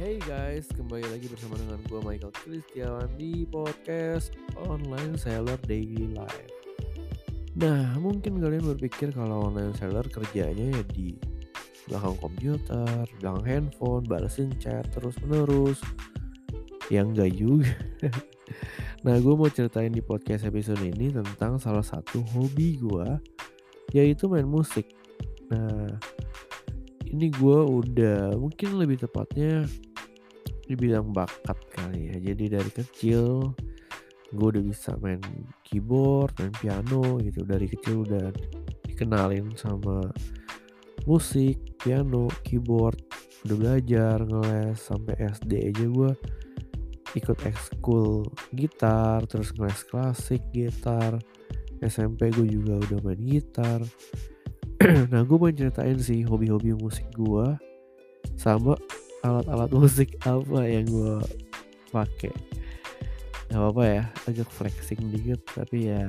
Hey guys, kembali lagi bersama dengan gue Michael Kristiawan di podcast Online Seller Daily Life. Nah, mungkin kalian berpikir kalau online seller kerjanya ya di belakang komputer, belakang handphone, balesin chat terus menerus. Ya enggak juga. Nah, gue mau ceritain di podcast episode ini tentang salah satu hobi gue, yaitu main musik. Nah, ini gue udah mungkin lebih tepatnya dibilang bakat kali ya. Jadi dari kecil gue udah bisa main keyboard, main piano gitu. Dari kecil udah dikenalin sama musik, piano, keyboard. Udah belajar ngeles sampai SD aja gue ikut ekskul gitar, terus ngeles klasik gitar. SMP gue juga udah main gitar. Nah, gue mau ceritain sih hobi-hobi musik gue sama alat-alat musik apa yang gue pakai. Gak apa-apa ya, agak flexing dikit, tapi ya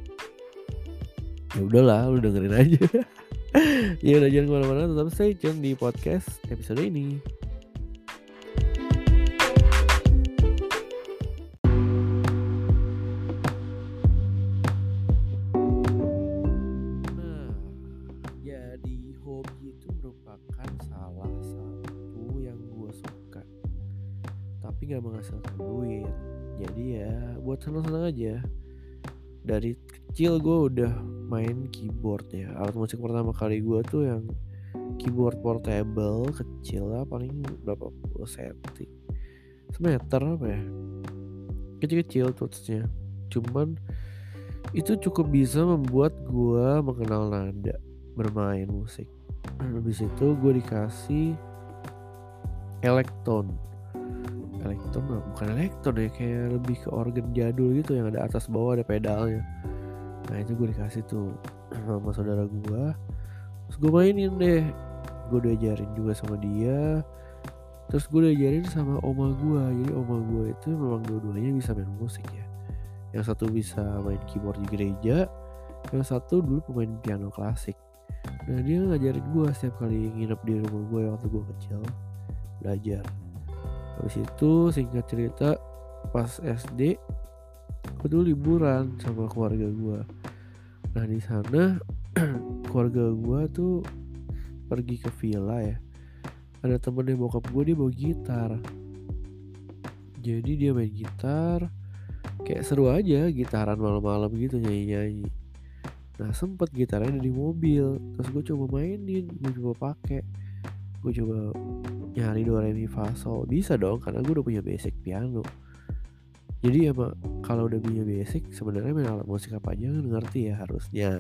udahlah, lu dengerin aja. Ya udah, jangan kemana-mana, tetap stay tune di podcast episode ini. Nah, jadi hobi itu merupakan salah satu yang gue suka, tapi gak menghasilkan duit. Jadi ya buat senang-senang aja. Dari kecil gue udah main keyboard ya. Alat musik pertama kali gue tuh yang keyboard portable kecil lah, paling berapa puluh senti, semeter apa ya, kecil-kecil tutsnya. Cuman itu cukup bisa membuat gue mengenal nada bermain musik. Habis itu gue dikasih elektron bukan elektron ya, kayak lebih ke organ jadul gitu yang ada atas bawah ada pedalnya. Nah itu gue dikasih tuh sama saudara gue, terus gue mainin deh. Gue diajarin juga sama dia, terus gue diajarin sama oma gue. Jadi oma gue itu memang dua-duanya bisa main musik ya. Yang satu bisa main keyboard di gereja, yang satu dulu pemain piano klasik. Nah dia ngajarin gue setiap kali nginep di rumah gue waktu gue kecil belajar. Habis itu singkat cerita, pas SD gue tuh liburan sama keluarga gue. Nah di sana keluarga gue tuh pergi ke villa ya. Ada temennya bokap gue, dia bawa gitar. Jadi dia main gitar, kayak seru aja gitaran malam-malam gitu, nyanyi-nyanyi. Nah sempet gitarnya ada di mobil, terus gue coba mainin, gue coba pakai, gue coba nyari do re mi fa sol. Bisa dong karena gue udah punya basic piano. Jadi emang kalau udah punya basic sebenarnya main alat musik apa aja kan ngerti ya, harusnya.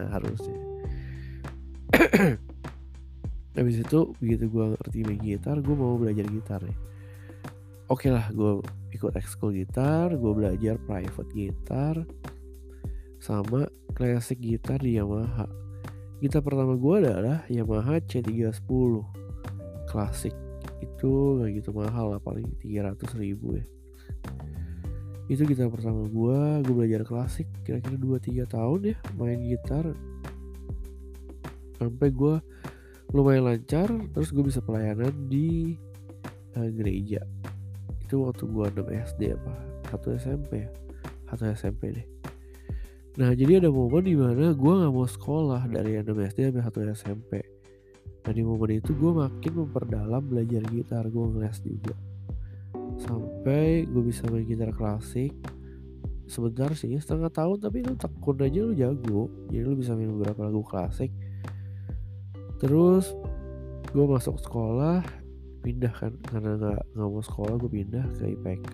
Habis itu begitu gue ngerti main gitar, gue mau belajar gitar nih. Oke lah, gue ikut ekskul gitar, gue belajar private gitar sama classic gitar di Yamaha. Gitar pertama gue adalah Yamaha C310 klasik. Itu gak gitu mahal lah, paling 300.000 ya. Itu gitar pertama gue belajar klasik kira-kira 2-3 tahun ya main gitar, sampai gue lumayan lancar. Terus gue bisa pelayanan di gereja. Itu waktu gue 6 SD apa 1 SMP ya, 1 SMP deh. Nah jadi ada momen dimana gue gak mau sekolah dari 6 SD sampai 1 SMP. Nah di momen itu gue makin memperdalam belajar gitar, gue ngeles juga sampai gue bisa main gitar klasik. Sebentar sih, setengah tahun, tapi itu tekun aja lu jago. Jadi lu bisa main beberapa lagu klasik. Terus gue masuk sekolah, pindah kan, karena gak mau sekolah gue pindah ke IPK.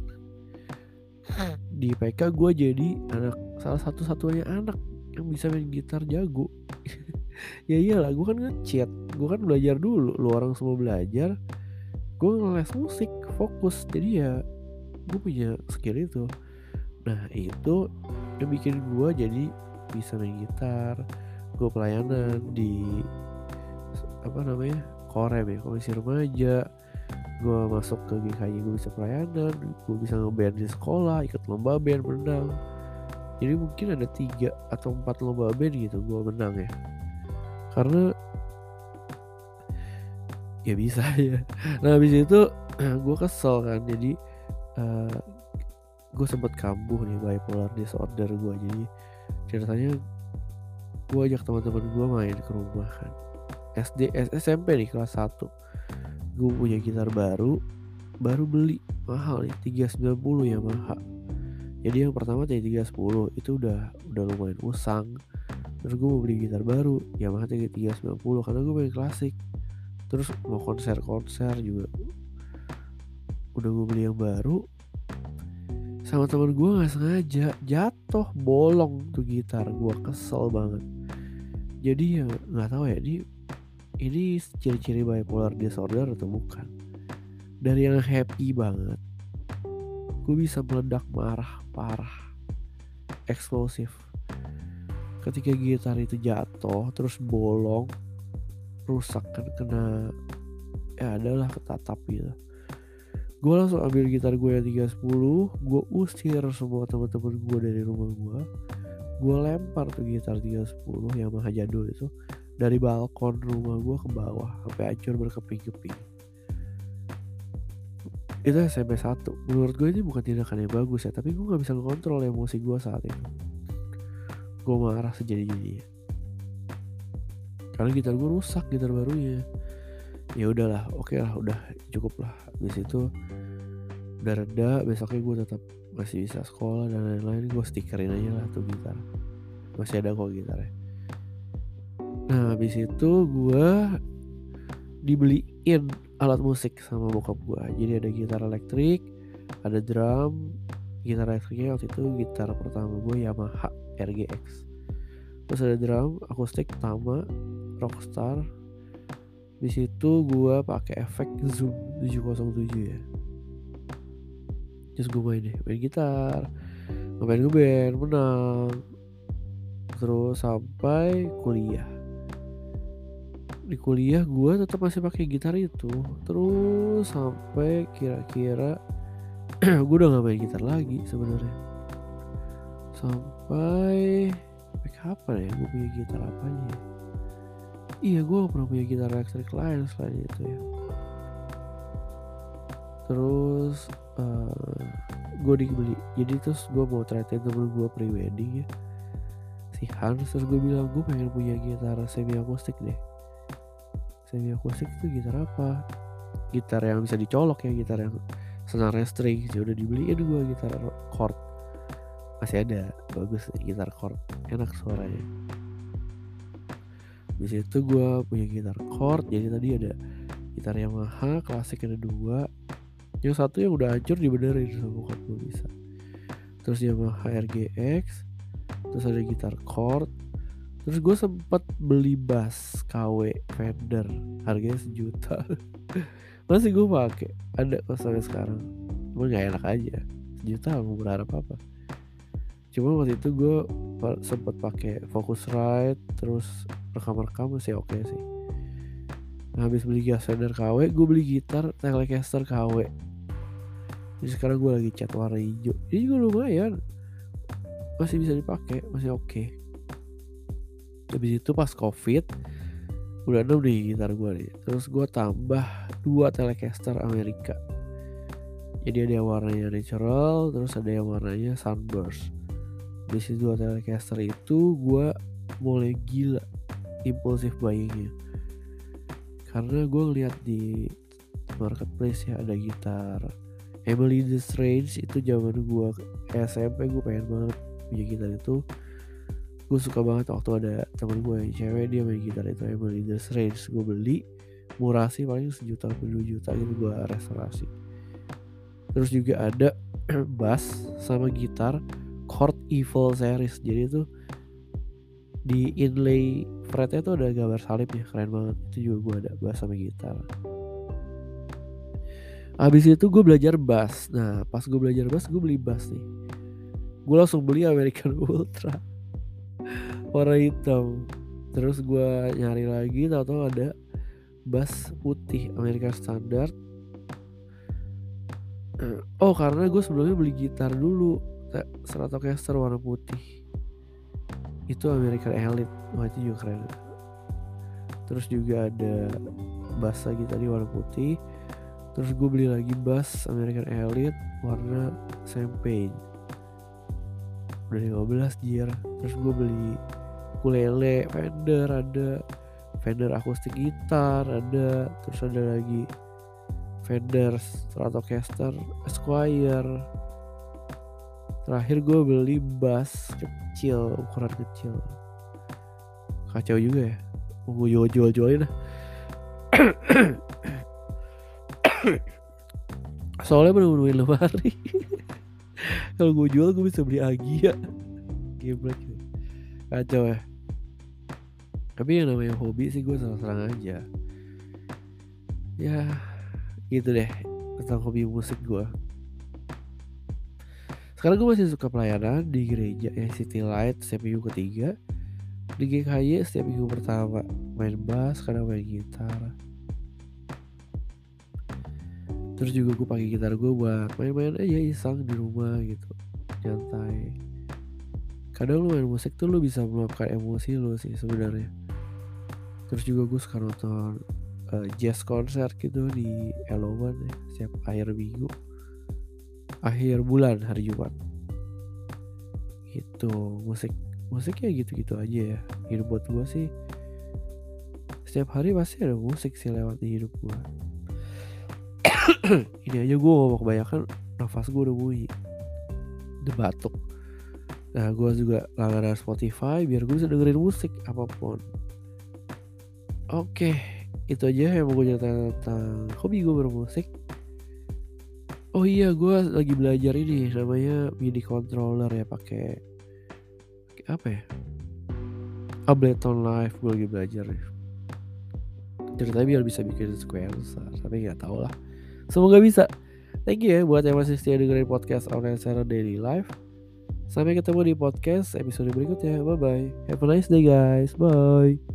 Di IPK gue jadi salah satu-satunya anak yang bisa main gitar jago. Ya iyalah, gue kan nge-cheat, gue kan belajar dulu, lu orang semua belajar, gue ngeles musik fokus. Jadi ya gue punya skill itu. Nah itu yang bikin gue jadi bisa main gitar. Gue pelayanan di Korem ya, komisi remaja. Gue masuk ke GKI, gue bisa pelayanan, gue bisa ngeband di sekolah, ikut lomba band, menang. Jadi mungkin ada 3 atau 4 lomba band gitu gue menang ya, karena ya bisa ya. Nah habis itu gue kesel kan. Jadi gue sempet kambuh nih bipolar disorder gue. Jadi ceritanya gue ajak teman-teman gue main ke rumah kan. SMP nih kelas 1. Gue punya gitar baru beli, mahal nih, 390 Yamaha. Jadi yang pertama T310 itu udah lumayan usang. Terus gue mau beli gitar baru Yamaha T390 karena gue pengen klasik. Terus mau konser juga udah gue beli yang baru. Sama teman gue nggak sengaja jatuh, bolong tuh gitar. Gue kesel banget. Jadi ya nggak tahu ya ini ciri-ciri bipolar disorder atau bukan. Dari yang happy banget, gue bisa meledak marah parah, eksplosif. Ketika gitar itu jatuh terus bolong, rusak kan, kena ya adalah ketatap gitu. Gue langsung ambil gitar gue yang 310, gue usir semua teman-teman gue dari rumah gue. Gue lempar tuh gitar 310 Yamaha jadul itu dari balkon rumah gue ke bawah sampai hancur berkeping-keping. Itu SMP 1. Menurut gue ini bukan tindakan yang bagus ya, tapi gue gak bisa ngontrol emosi gue saat itu. Gue marah sejadi-jadinya karena gitar gue rusak, gitar barunya. Ya udahlah, oke lah, udah cukup lah. Habis itu udah reda, besoknya gue tetap masih bisa sekolah dan lain-lain. Gue stikerin aja lah tuh gitar, masih ada kok gitarnya. Nah habis itu gue dibeliin alat musik sama bokap gue. Jadi ada gitar elektrik, ada drum. Gitar elektriknya waktu itu gitar pertama gue Yamaha RGX. Terus ada drum akustik Tama Rockstar. Di situ gue pakai efek Zoom 707 ya. Terus gue main gitar, ngeband, menang. Terus sampai kuliah. Di kuliah gue tetap masih pakai gitar itu. Terus sampai kira-kira gue udah gak main gitar lagi sebenarnya. Sampai kapan ya gue punya gitar apa aja ya? Iya, gue gak pernah punya gitar elektrik lain selain itu ya. Terus gue dibeli. Jadi terus gue mau tryout temen gue pre-wedding ya, si Hans. Terus gue bilang gue pengen punya gitar semi akustik deh. Semi akustik itu gitar apa? Gitar yang bisa dicolok ya, gitar yang senarnya string. Ya udah dibeliin gue gitar chord. Masih ada, bagus gitar chord, enak suaranya. Di situ gue punya gitar chord. Jadi tadi ada gitar Yamaha klasik ada 2. Yang satu yang udah hancur dibenerin sama bokap gue bisa. Terus Yamaha RGX. Terus ada gitar chord. Terus gue sempet beli bass KW Fender, harganya 1 juta. Masih gue pakai, ada kok sampai sekarang. Cuma nggak enak aja, 1 juta mau berharap apa. Cuma waktu itu gue sempet pakai Focusrite, terus rekam masih oke sih. Nah, habis beli bass Fender KW, gue beli gitar Telecaster KW. Jadi sekarang gue lagi cat warna hijau. Jadi juga lumayan, masih bisa dipakai, masih oke. Habis itu pas COVID udah 6 nih gitar gue nih. Terus gue tambah 2 Telecaster Amerika. Jadi ada yang warnanya natural, terus ada yang warnanya sunburst. Di situ 2 Telecaster itu gue mulai gila impulsif buyingnya. Karena gue ngeliat di marketplace ya ada gitar Emily the Strange. Itu zaman gue SMP, gue pengen banget punya gitar itu. Gue suka banget waktu ada temen gue yang cewek, dia main gitar itu Emily the Strange. Gue beli murah sih, paling 1 juta atau 2 juta gitu, gue restorasi. Terus juga ada bass sama gitar Chord Evil series. Jadi tuh di inlay fretnya tuh ada gambar salibnya, keren banget. Itu juga gue ada bass sama gitar. Habis itu gue belajar bass. Nah pas gue belajar bass, gue beli bass nih. Gue langsung beli American Ultra warna hitam. Terus gue nyari lagi, tahu-tahu ada bass putih American Standard. Oh karena gue sebelumnya beli gitar dulu Stratocaster warna putih, itu American Elite. Wah itu juga keren. Terus juga ada bass lagi tadi warna putih. Terus gue beli lagi bass American Elite warna champagne, udah 15 jir. Terus gue beli ukulele Fender, ada Fender akustik gitar ada, terus ada lagi Fender Stratocaster Esquire. Terakhir gue beli bass kecil, ukuran kecil. Kacau juga ya, mau gue jual-jualin dah. Soalnya bener-bener lemari. Kalau gue jual gue bisa beli Agia. Geblek ya. Kacau ya. Tapi yang namanya hobi sih gue serang-serang aja. Ya gitu deh tentang hobi musik gue. Sekarang gue masih suka pelayanan di gereja ya, City Light setiap minggu ketiga. Di GKY setiap minggu pertama main bass, kadang main gitar. Terus juga gue pakai gitar gue buat main-main aja iseng di rumah gitu, nyantai. Kadang lu main musik tuh lu bisa meluapkan emosi lu sih sebenarnya. Terus juga gue suka nonton jazz concert gitu di Eloman ya, setiap akhir bulan hari Jumat. Gitu, musiknya gitu-gitu aja ya. Hidup buat gue sih setiap hari pasti ada musik sih lewat di hidup gue. Ini aja gue ngomong kebanyakan nafas gue udah bunyi, udah batuk. Nah gue juga langganan Spotify biar gue bisa dengerin musik apapun. Oke, itu aja yang mau gue cerita tentang hobi gue bermusik. Oh iya, gue lagi belajar ini namanya MIDI controller ya, pakai apa ya, Ableton Live. Gue lagi belajar nih. Ceritanya biar bisa bikin sequencer, tapi nggak tahu lah. Semoga bisa. Thank you ya buat yang masih setia dengerin podcast Online Secara Daily Life. Sampai ketemu di podcast episode berikutnya. Bye bye. Have a nice day guys. Bye.